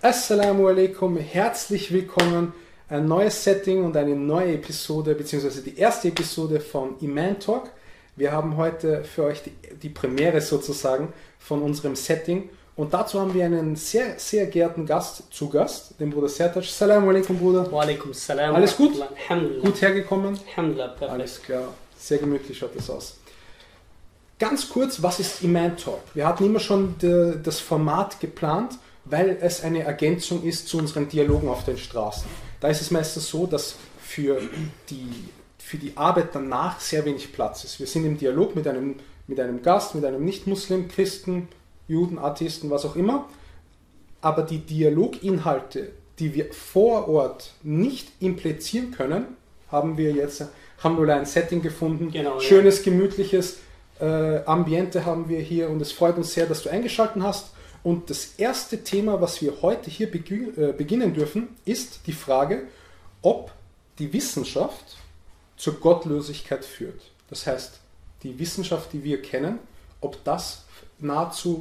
Assalamu alaikum, herzlich willkommen. Ein neues Setting und eine neue Episode, beziehungsweise die erste Episode von Iman Talk. Wir haben heute für euch die Premiere sozusagen von unserem Setting. Und dazu haben wir einen sehr, sehr geehrten Gast zu Gast, den Bruder Sertac. Assalamu alaikum, Bruder. Wa alaikum salam. Alles gut? Alhamdulillah. Gut hergekommen? Alhamdulillah, perfekt. Alles klar. Sehr gemütlich schaut das aus. Ganz kurz, was ist Iman Talk? Wir hatten immer schon das Format geplant, weil es eine Ergänzung ist zu unseren Dialogen auf den Straßen. Da ist es meistens so, dass für die Arbeit danach sehr wenig Platz ist. Wir sind im Dialog mit einem Gast, mit einem Nicht-Muslim, Christen, Juden, Atheisten, was auch immer. Aber die Dialoginhalte, die wir vor Ort nicht implizieren können, haben wir jetzt, Alhamdulillah, ein Setting gefunden. Genau, schönes, gemütliches Ambiente haben wir hier und es freut uns sehr, dass du eingeschaltet hast. Und das erste Thema, was wir heute hier beginnen dürfen, ist die Frage, ob die Wissenschaft zur Gottlosigkeit führt. Das heißt, die Wissenschaft, die wir kennen, ob das nahtlos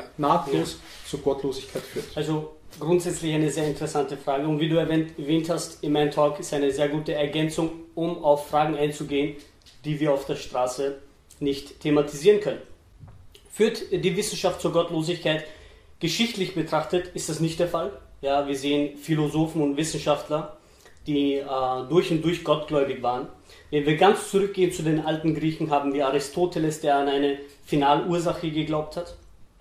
zur Gottlosigkeit führt. Also grundsätzlich eine sehr interessante Frage. Und wie du erwähnt hast, Iman Talk ist eine sehr gute Ergänzung, um auf Fragen einzugehen, die wir auf der Straße nicht thematisieren können. Führt die Wissenschaft zur Gottlosigkeit? Geschichtlich betrachtet ist das nicht der Fall. Ja, wir sehen Philosophen und Wissenschaftler, die durch und durch gottgläubig waren. Wenn wir ganz zurückgehen zu den alten Griechen, haben wir Aristoteles, der an eine Finalursache geglaubt hat.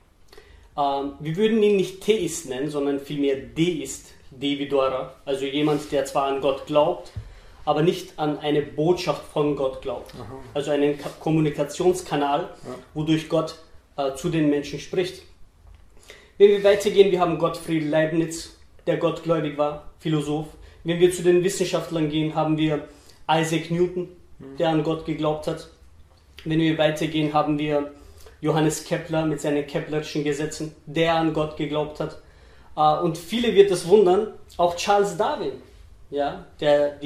Wir würden ihn nicht Theist nennen, sondern vielmehr Deist, Devidora, also jemand, der zwar an Gott glaubt, aber nicht an eine Botschaft von Gott glaubt. Aha. Also einen Kommunikationskanal, wodurch Gott zu den Menschen spricht. Wenn wir weitergehen, wir haben Gottfried Leibniz, der gottgläubig war, Philosoph. Wenn wir zu den Wissenschaftlern gehen, haben wir Isaac Newton, der an Gott geglaubt hat. Wenn wir weitergehen, haben wir Johannes Kepler mit seinen Keplerischen Gesetzen, der an Gott geglaubt hat. Und viele wird es wundern, auch Charles Darwin, ja, der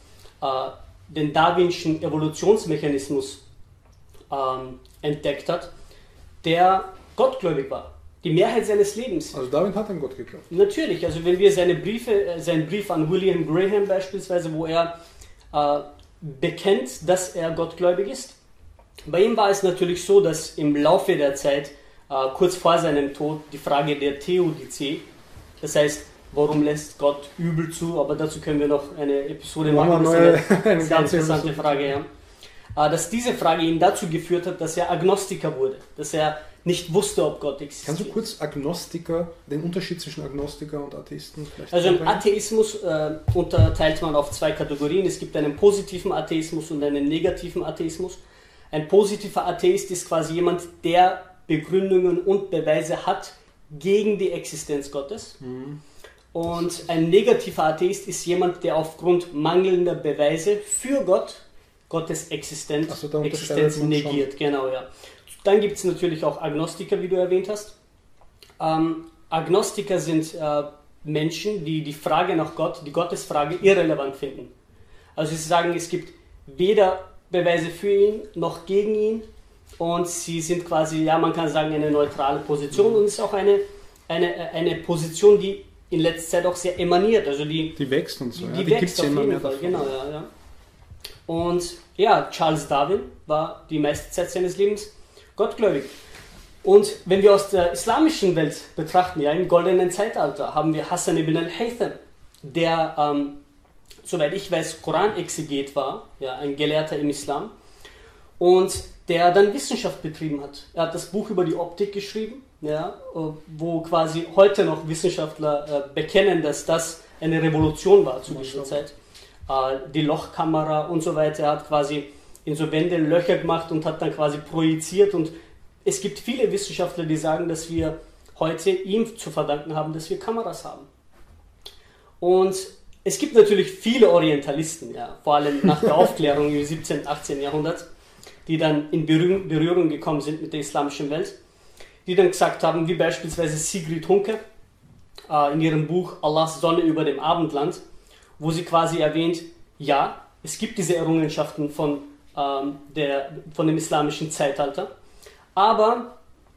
den darwinschen Evolutionsmechanismus entdeckt hat, der gottgläubig war. Die Mehrheit seines Lebens. Also Darwin hat an Gott geglaubt. Natürlich, also wenn wir seinen Brief an William Graham beispielsweise, wo er bekennt, dass er gottgläubig ist. Bei ihm war es natürlich so, dass im Laufe der Zeit, kurz vor seinem Tod, die Frage der Theodizee, das heißt, warum lässt Gott übel zu, aber dazu können wir noch eine Episode machen, das ist eine sehr interessante Frage, ja. Dass diese Frage ihn dazu geführt hat, dass er Agnostiker wurde, dass er nicht wusste, ob Gott existiert. Kannst du kurz den Unterschied zwischen Agnostiker und Atheisten vielleicht Also im Atheismus unterteilt man auf zwei Kategorien. Es gibt einen positiven Atheismus und einen negativen Atheismus. Ein positiver Atheist ist quasi jemand, der Begründungen und Beweise hat gegen die Existenz Gottes. Mhm. Und ein negativer Atheist ist jemand, der aufgrund mangelnder Beweise für Gottes Existenz negiert. Genau, ja. Dann gibt es natürlich auch Agnostiker, wie du erwähnt hast. Agnostiker sind Menschen, die die Frage nach Gott, die Gottesfrage, irrelevant finden. Also sie sagen, es gibt weder Beweise für ihn noch gegen ihn und sie sind quasi, ja, man kann sagen, eine neutrale Position und es ist auch eine Position, die in letzter Zeit auch sehr emaniert. Also die wächst und so. Die wächst auf jeden Fall, genau, ja. Und ja, Charles Darwin war die meiste Zeit seines Lebens gottgläubig. Und wenn wir aus der islamischen Welt betrachten, ja, im goldenen Zeitalter, haben wir Hassan ibn al-Haytham, der, soweit ich weiß, Koranexeget war, ja, ein Gelehrter im Islam, und der dann Wissenschaft betrieben hat. Er hat das Buch über die Optik geschrieben, ja, wo quasi heute noch Wissenschaftler bekennen, dass das eine Revolution war zu dieser Zeit. Die Lochkamera und so weiter, er hat quasi in so Wände Löcher gemacht und hat dann quasi projiziert und es gibt viele Wissenschaftler, die sagen, dass wir heute ihm zu verdanken haben, dass wir Kameras haben. Und es gibt natürlich viele Orientalisten, ja, vor allem nach der Aufklärung im 17. und 18. Jahrhundert, die dann in Berührung gekommen sind mit der islamischen Welt, die dann gesagt haben, wie beispielsweise Sigrid Hunke in ihrem Buch Allahs Sonne über dem Abendland, wo sie quasi erwähnt, ja, es gibt diese Errungenschaften von dem islamischen Zeitalter, aber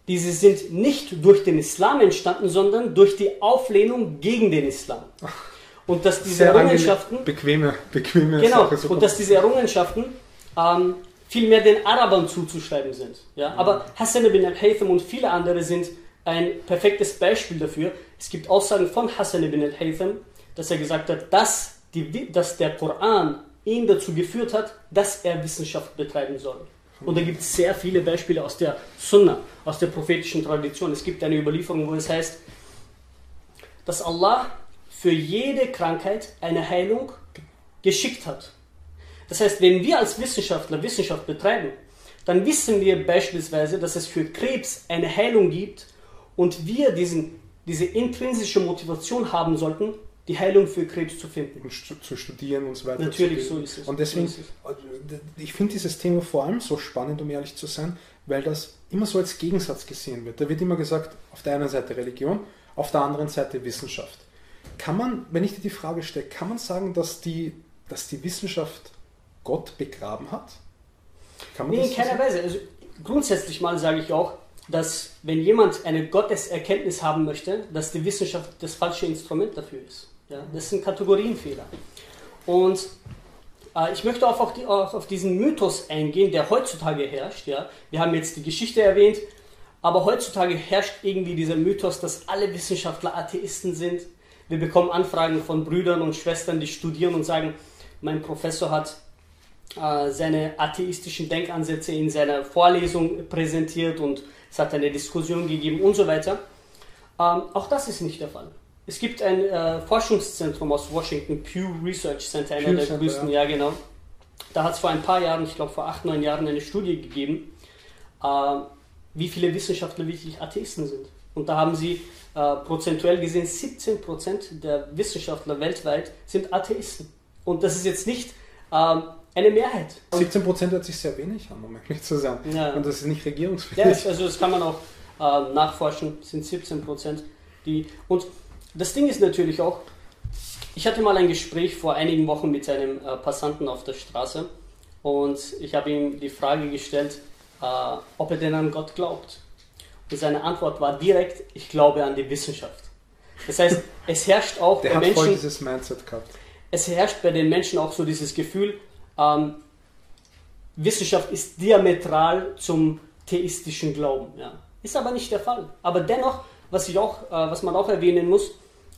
diese sind nicht durch den Islam entstanden, sondern durch die Auflehnung gegen den Islam. Und dass diese Errungenschaften... Bequeme genau, Sache, und dass diese Errungenschaften vielmehr den Arabern zuzuschreiben sind. Ja? Aber Hassan ibn al-Haytham und viele andere sind ein perfektes Beispiel dafür. Es gibt Aussagen von Hassan ibn al-Haytham, dass er gesagt hat, dass der Koran ihn dazu geführt hat, dass er Wissenschaft betreiben soll. Und da gibt es sehr viele Beispiele aus der Sunna, aus der prophetischen Tradition. Es gibt eine Überlieferung, wo es heißt, dass Allah für jede Krankheit eine Heilung geschickt hat. Das heißt, wenn wir als Wissenschaftler Wissenschaft betreiben, dann wissen wir beispielsweise, dass es für Krebs eine Heilung gibt und wir diese intrinsische Motivation haben sollten, die Heilung für Krebs zu finden. Und zu studieren und so weiter. Natürlich, so ist es. Und deswegen, ich finde dieses Thema vor allem so spannend, um ehrlich zu sein, weil das immer so als Gegensatz gesehen wird. Da wird immer gesagt, auf der einen Seite Religion, auf der anderen Seite Wissenschaft. Kann man, wenn ich dir die Frage stelle, kann man sagen, dass die Wissenschaft Gott begraben hat? Kann man in keiner Weise. Also grundsätzlich mal sage ich auch, dass wenn jemand eine Gotteserkenntnis haben möchte, dass die Wissenschaft das falsche Instrument dafür ist. Ja, das sind Kategorienfehler. Und ich möchte auch auf diesen Mythos eingehen, der heutzutage herrscht. Ja. Wir haben jetzt die Geschichte erwähnt, aber heutzutage herrscht irgendwie dieser Mythos, dass alle Wissenschaftler Atheisten sind. Wir bekommen Anfragen von Brüdern und Schwestern, die studieren und sagen, mein Professor hat seine atheistischen Denkansätze in seiner Vorlesung präsentiert und es hat eine Diskussion gegeben und so weiter. Auch das ist nicht der Fall. Es gibt ein Forschungszentrum aus Washington, Pew Research Center, einer der größten, ja genau. Da hat es vor ein paar Jahren, ich glaube vor 8, 9 Jahren, eine Studie gegeben, wie viele Wissenschaftler wirklich Atheisten sind. Und da haben sie prozentuell gesehen, 17% der Wissenschaftler weltweit sind Atheisten. Und das ist jetzt nicht eine Mehrheit. 17% hört sich sehr wenig an, um ehrlich zu sein. Ja. Und das ist nicht regierungsfähig. Ja, also das kann man auch nachforschen, sind 17%. Und das Ding ist natürlich auch, ich hatte mal ein Gespräch vor einigen Wochen mit einem Passanten auf der Straße und ich habe ihm die Frage gestellt, ob er denn an Gott glaubt. Und seine Antwort war direkt, ich glaube an die Wissenschaft. Das heißt, es herrscht auch bei Menschen... voll dieses Mindset gehabt. Es herrscht bei den Menschen auch so dieses Gefühl, Wissenschaft ist diametral zum theistischen Glauben. Ja. Ist aber nicht der Fall. Aber dennoch, was man auch erwähnen muss,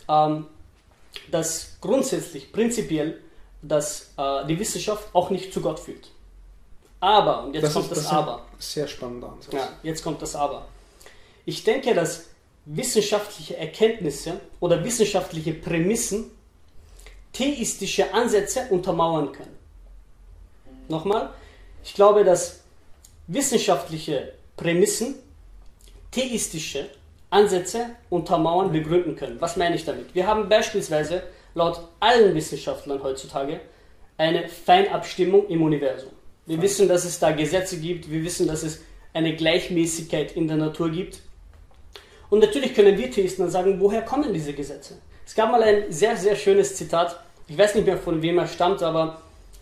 dass grundsätzlich, prinzipiell, dass die Wissenschaft auch nicht zu Gott führt. Aber, und jetzt kommt das Aber. Sehr spannender Ansatz. Ja, jetzt kommt das Aber. Ich denke, dass wissenschaftliche Erkenntnisse oder wissenschaftliche Prämissen theistische Ansätze untermauern können. Nochmal, ich glaube, dass wissenschaftliche Prämissen theistische Ansätze untermauern, begründen können. Was meine ich damit? Wir haben beispielsweise laut allen Wissenschaftlern heutzutage eine Feinabstimmung im Universum. Wir wissen, dass es da Gesetze gibt, wir wissen, dass es eine Gleichmäßigkeit in der Natur gibt. Und natürlich können wir Theisten dann sagen, woher kommen diese Gesetze? Es gab mal ein sehr, sehr schönes Zitat, ich weiß nicht mehr von wem er stammt, aber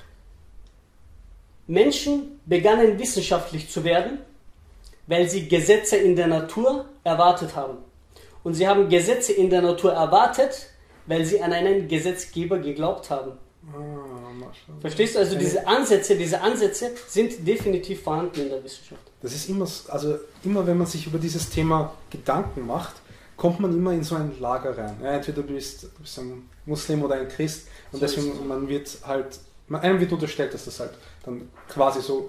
Menschen begannen wissenschaftlich zu werden, weil sie Gesetze in der Natur erwartet haben. Und sie haben Gesetze in der Natur erwartet, weil sie an einen Gesetzgeber geglaubt haben. Verstehst du? Also diese Ansätze sind definitiv vorhanden in der Wissenschaft. Das ist immer wenn man sich über dieses Thema Gedanken macht, kommt man immer in so ein Lager rein. Ja, entweder du bist ein Muslim oder ein Christ und so deswegen einem wird unterstellt, dass das halt dann quasi so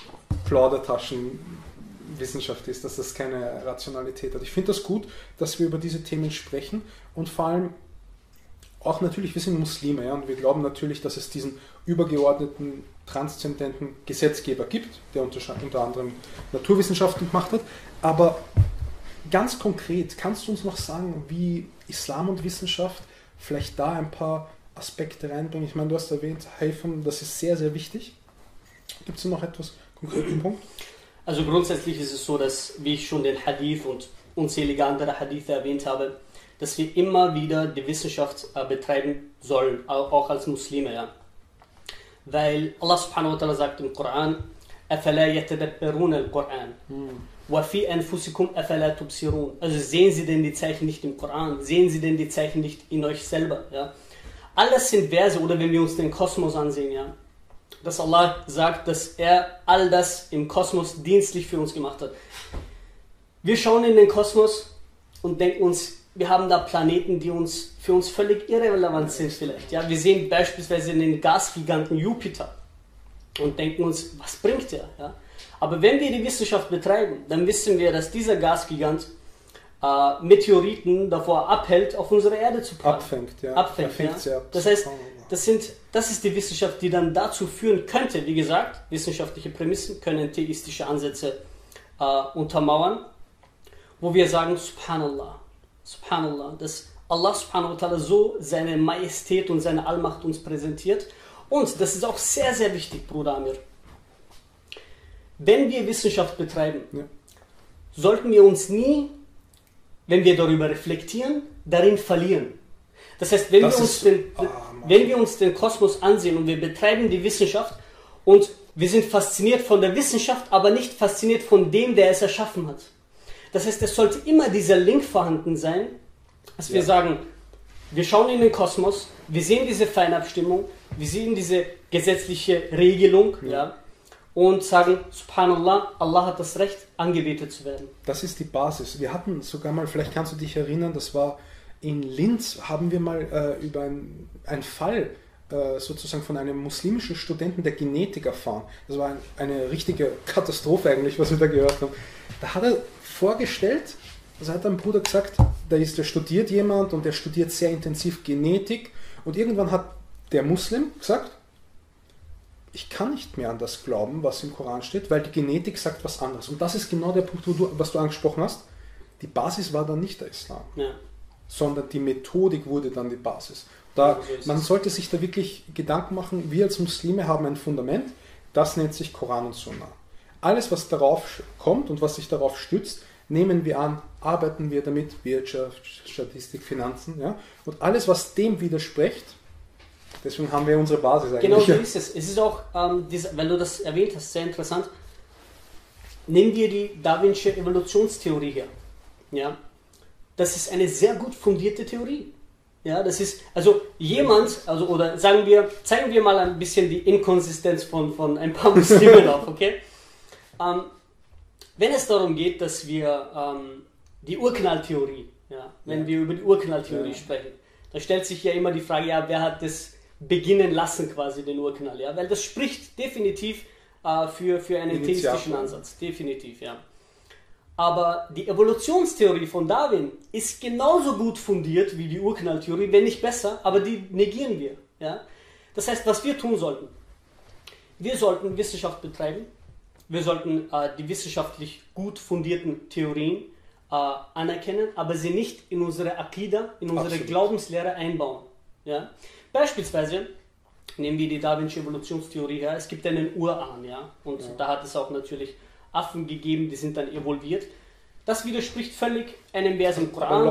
Plaudertaschenwissenschaft ist, dass das keine Rationalität hat. Ich finde das gut, dass wir über diese Themen sprechen und vor allem auch natürlich, wir sind Muslime, ja, und wir glauben natürlich, dass es diesen übergeordneten, transzendenten Gesetzgeber gibt, der unter anderem Naturwissenschaften gemacht hat. Aber ganz konkret, kannst du uns noch sagen, wie Islam und Wissenschaft vielleicht da ein paar Aspekte reinbringen? Ich meine, du hast erwähnt, Haytham, das ist sehr, sehr wichtig. Gibt es noch etwas konkreten Punkt? Also grundsätzlich ist es so, dass, wie ich schon den Hadith und unzählige andere Hadithe erwähnt habe, dass wir immer wieder die Wissenschaft betreiben sollen, auch als Muslime. Ja. Weil Allah subhanahu wa ta'ala sagt im Koran, أَفَلَا يَتَدَبَّرُونَ الْقُرْآنِ. وَفِي أَنفُسِكُمْ أَفَلَا تُبْصِرُونَ. Also sehen Sie denn die Zeichen nicht im Koran? Sehen Sie denn die Zeichen nicht in euch selber? Ja? Alles sind Verse, oder wenn wir uns den Kosmos ansehen, ja, dass Allah sagt, dass er all das im Kosmos dienstlich für uns gemacht hat. Wir schauen in den Kosmos und denken uns, wir haben da Planeten, die für uns völlig irrelevant sind vielleicht. Ja? Wir sehen beispielsweise den Gasgiganten Jupiter und denken uns, was bringt der? Ja? Aber wenn wir die Wissenschaft betreiben, dann wissen wir, dass dieser Gasgigant Meteoriten davor abhält, auf unsere Erde zu prallen. Abfängt, ja. Das heißt, das ist die Wissenschaft, die dann dazu führen könnte, wie gesagt, wissenschaftliche Prämissen können theistische Ansätze untermauern, wo wir sagen, Subhanallah, dass Allah subhanahu wa ta'ala so seine Majestät und seine Allmacht uns präsentiert. Und das ist auch sehr, sehr wichtig, Bruder Amir. Wenn wir Wissenschaft betreiben, sollten wir uns nie, wenn wir darüber reflektieren, darin verlieren. Das heißt, wenn wir uns den Kosmos ansehen und wir betreiben die Wissenschaft und wir sind fasziniert von der Wissenschaft, aber nicht fasziniert von dem, der es erschaffen hat. Das heißt, es sollte immer dieser Link vorhanden sein, dass wir sagen, wir schauen in den Kosmos, wir sehen diese Feinabstimmung, wir sehen diese gesetzliche Regelung, und sagen, Subhanallah, Allah hat das Recht, angebetet zu werden. Das ist die Basis. Wir hatten sogar mal, vielleicht kannst du dich erinnern, das war in Linz, haben wir mal über einen Fall sozusagen von einem muslimischen Studenten der Genetik erfahren. Das war eine richtige Katastrophe eigentlich, was wir da gehört haben. Da hat er vorgestellt, also hat ein Bruder gesagt, da studiert jemand und der studiert sehr intensiv Genetik und irgendwann hat der Muslim gesagt, ich kann nicht mehr an das glauben, was im Koran steht, weil die Genetik sagt was anderes. Und das ist genau der Punkt, was du angesprochen hast. Die Basis war dann nicht der Islam, sondern die Methodik wurde dann die Basis. Man sollte sich da wirklich Gedanken machen, wir als Muslime haben ein Fundament, das nennt sich Koran und Sunna. Alles, was darauf kommt und was sich darauf stützt, nehmen wir an, arbeiten wir damit, Wirtschaft, Statistik, Finanzen, und alles, was dem widerspricht, deswegen haben wir unsere Basis eigentlich. Genau so ist es. Es ist auch, wenn du das erwähnt hast, sehr interessant. Nehmen wir die Darwinsche Evolutionstheorie her. Ja? Das ist eine sehr gut fundierte Theorie. Ja, das ist, oder zeigen wir mal ein bisschen die Inkonsistenz von ein paar Muslimen auf, okay? Wenn es darum geht, dass wir die Urknalltheorie, wenn wir über die Urknalltheorie sprechen, da stellt sich ja immer die Frage, wer hat das beginnen lassen quasi, den Urknall, weil das spricht definitiv für einen theistischen Ansatz, definitiv, Aber die Evolutionstheorie von Darwin ist genauso gut fundiert wie die Urknalltheorie, wenn nicht besser, aber die negieren wir. Das heißt, was wir tun sollten, wir sollten Wissenschaft betreiben, wir sollten die wissenschaftlich gut fundierten Theorien anerkennen, aber sie nicht in unsere Akida, in unsere Glaubenslehre einbauen. Beispielsweise nehmen wir die Darwinsche Evolutionstheorie her, es gibt einen Urahn, und da hat es auch natürlich Affen gegeben, die sind dann evolviert. Das widerspricht völlig einem Vers im Koran.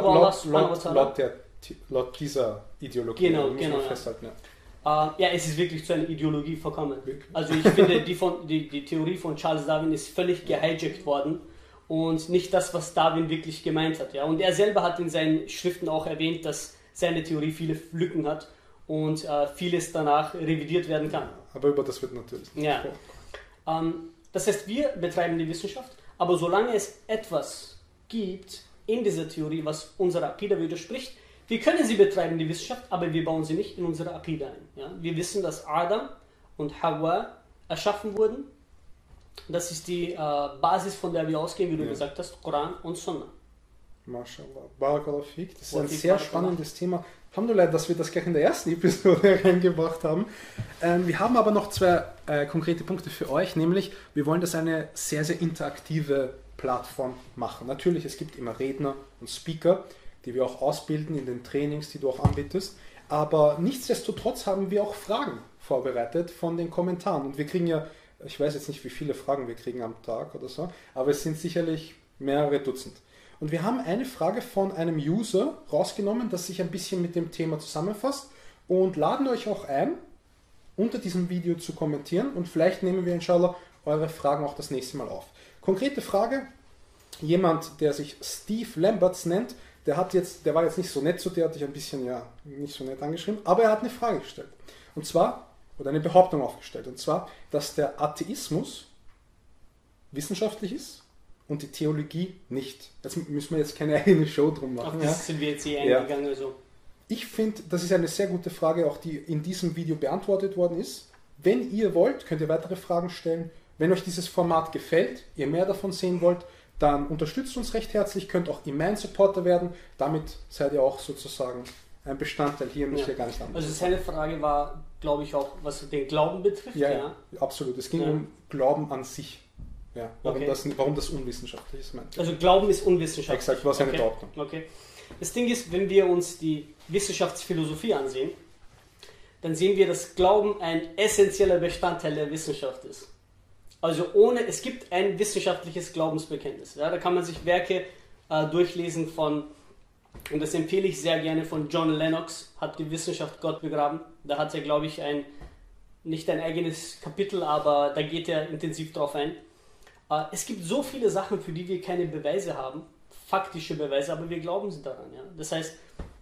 Laut dieser Ideologie. Genau. Festhalten, es ist wirklich zu einer Ideologie verkommen. Also ich finde, die Theorie von Charles Darwin ist völlig gehijackt worden und nicht das, was Darwin wirklich gemeint hat. Und er selber hat in seinen Schriften auch erwähnt, dass seine Theorie viele Lücken hat und vieles danach revidiert werden kann. Aber über das wird natürlich nicht gesprochen. Das heißt, wir betreiben die Wissenschaft, aber solange es etwas gibt in dieser Theorie, was unserer Akida widerspricht, wir können sie betreiben, die Wissenschaft, aber wir bauen sie nicht in unsere Akida ein. Wir wissen, dass Adam und Hawa erschaffen wurden. Das ist die Basis, von der wir ausgehen, wie du gesagt hast, Koran und Sunna. MashaAllah. Barakallahu fik. Das ist ein sehr spannendes Thema. Alhamdulillah, dass wir das gleich in der ersten Episode reingebracht haben. Wir haben aber noch zwei konkrete Punkte für euch, nämlich wir wollen das eine sehr, sehr interaktive Plattform machen. Natürlich, es gibt immer Redner und Speaker, die wir auch ausbilden in den Trainings, die du auch anbietest. Aber nichtsdestotrotz haben wir auch Fragen vorbereitet von den Kommentaren. Und wir kriegen ja, ich weiß jetzt nicht, wie viele Fragen wir kriegen am Tag oder so, aber es sind sicherlich mehrere Dutzend. Und wir haben eine Frage von einem User rausgenommen, das sich ein bisschen mit dem Thema zusammenfasst und laden euch auch ein, unter diesem Video zu kommentieren und vielleicht nehmen wir inshallah eure Fragen auch das nächste Mal auf. Konkrete Frage, jemand, der sich Steve Lamberts nennt, der war jetzt nicht so nett zu dir, hat dich ein bisschen nicht so nett angeschrieben, aber er hat eine Frage gestellt. Und zwar, oder eine Behauptung aufgestellt, und zwar, dass der Atheismus wissenschaftlich ist und die Theologie nicht. Jetzt müssen wir jetzt keine eigene Show drum machen. Auf das sind wir jetzt eingegangen. Ja. Also. Ich finde, das ist eine sehr gute Frage, auch die in diesem Video beantwortet worden ist. Wenn ihr wollt, könnt ihr weitere Fragen stellen. Wenn euch dieses Format gefällt, ihr mehr davon sehen wollt, dann unterstützt uns recht herzlich, könnt auch Iman-Supporter werden. Damit seid ihr auch sozusagen ein Bestandteil. Hier müsst ihr gar nicht anders. Also seine Frage war, glaube ich, auch, was den Glauben betrifft. Ja, absolut. Es ging um Glauben an sich. Ja, warum das unwissenschaftlich ist. Also Glauben ist unwissenschaftlich. Exakt, was eine Behauptung. Okay. Das Ding ist, wenn wir uns die Wissenschaftsphilosophie ansehen, dann sehen wir, dass Glauben ein essentieller Bestandteil der Wissenschaft ist. Also es gibt ein wissenschaftliches Glaubensbekenntnis. Ja, da kann man sich Werke durchlesen von, und das empfehle ich sehr gerne, von John Lennox, hat die Wissenschaft Gott begraben. Da hat er, glaube ich, nicht ein eigenes Kapitel, aber da geht er intensiv drauf ein. Es gibt so viele Sachen, für die wir keine Beweise haben, faktische Beweise, aber wir glauben sie daran. Ja? Das heißt,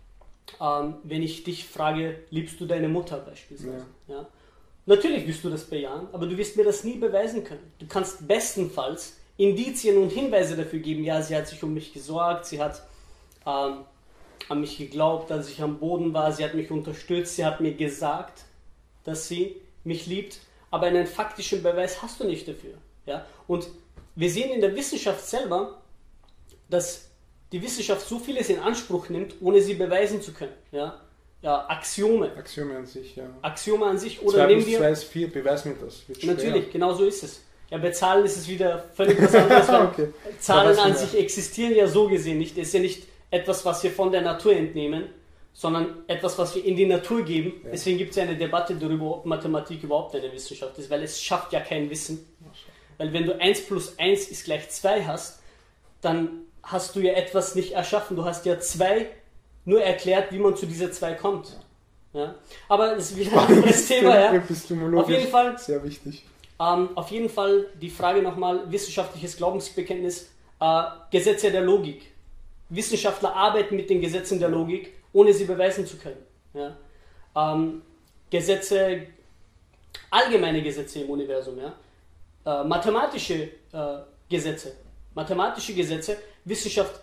wenn ich dich frage, liebst du deine Mutter beispielsweise? Ja? Natürlich wirst du das bejahen, aber du wirst mir das nie beweisen können. Du kannst bestenfalls Indizien und Hinweise dafür geben, ja, sie hat sich um mich gesorgt, sie hat an mich geglaubt, als ich am Boden war, sie hat mich unterstützt, sie hat mir gesagt, dass sie mich liebt, aber einen faktischen Beweis hast du nicht dafür. Ja? Und wir sehen in der Wissenschaft selber, dass die Wissenschaft so vieles in Anspruch nimmt, ohne sie beweisen zu können. Ja? Axiome. Axiome an sich, ja. Axiome an sich. Oder 2 plus 2 ist 4, beweis mir das. Natürlich, genau so ist es. Ja, bei Zahlen ist es wieder völlig was anderes, weil okay. Zahlen an sich existieren ja so gesehen nicht. Es ist ja nicht etwas, was wir von der Natur entnehmen, sondern etwas, was wir in die Natur geben. Ja. Deswegen gibt es ja eine Debatte darüber, ob Mathematik überhaupt eine Wissenschaft ist, weil es schafft ja kein Wissen. Weil wenn du 1 plus 1 ist gleich 2 hast, dann hast du ja etwas nicht erschaffen. Du hast ja 2 nur erklärt, wie man zu dieser 2 kommt. Ja? Aber das ist wieder ein anderes Thema. Ja? Auf jeden Fall sehr wichtig. Auf jeden Fall die Frage nochmal, wissenschaftliches Glaubensbekenntnis, Gesetze der Logik. Wissenschaftler arbeiten mit den Gesetzen der Logik, ohne sie beweisen zu können. Ja? Gesetze, allgemeine Gesetze im Universum, ja? Mathematische Gesetze. Wissenschaft,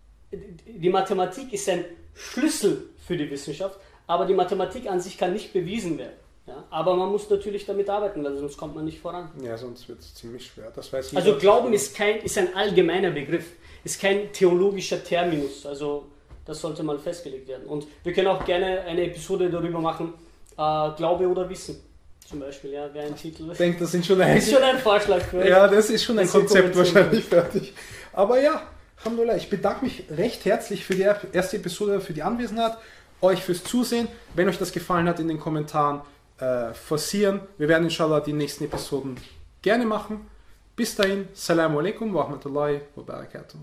die Mathematik ist ein Schlüssel für die Wissenschaft, aber die Mathematik an sich kann nicht bewiesen werden. Ja? Aber man muss natürlich damit arbeiten, weil sonst kommt man nicht voran. Ja, sonst wird es ziemlich schwer. Das weiß ich. Also Glauben ist ein allgemeiner Begriff, ist kein theologischer Terminus. Also das sollte mal festgelegt werden. Und wir können auch gerne eine Episode darüber machen, Glaube oder Wissen. Zum Beispiel, ja, wäre ein Titel. Ich denke, das ist schon ein Vorschlag für euch. Ja, das ist schon ein Konzept wahrscheinlich fertig. Aber ja, Alhamdulillah, ich bedanke mich recht herzlich für die erste Episode, für die Anwesenheit, euch fürs Zusehen. Wenn euch das gefallen hat, in den Kommentaren forcieren. Wir werden inshallah die nächsten Episoden gerne machen. Bis dahin, Assalamu alaikum wa rahmatullahi wa barakatuh.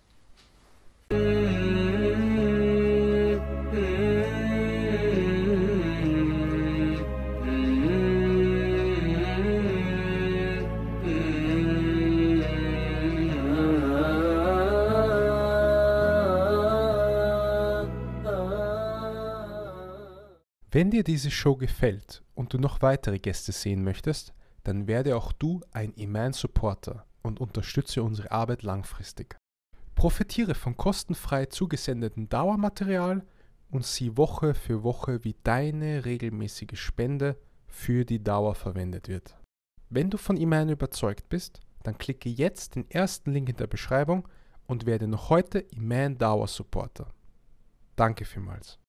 Wenn dir diese Show gefällt und du noch weitere Gäste sehen möchtest, dann werde auch du ein Iman-Supporter und unterstütze unsere Arbeit langfristig. Profitiere von kostenfrei zugesendeten Dauermaterial und sieh Woche für Woche, wie deine regelmäßige Spende für die Dauer verwendet wird. Wenn du von Iman überzeugt bist, dann klicke jetzt den ersten Link in der Beschreibung und werde noch heute Iman Dauer Supporter. Danke vielmals.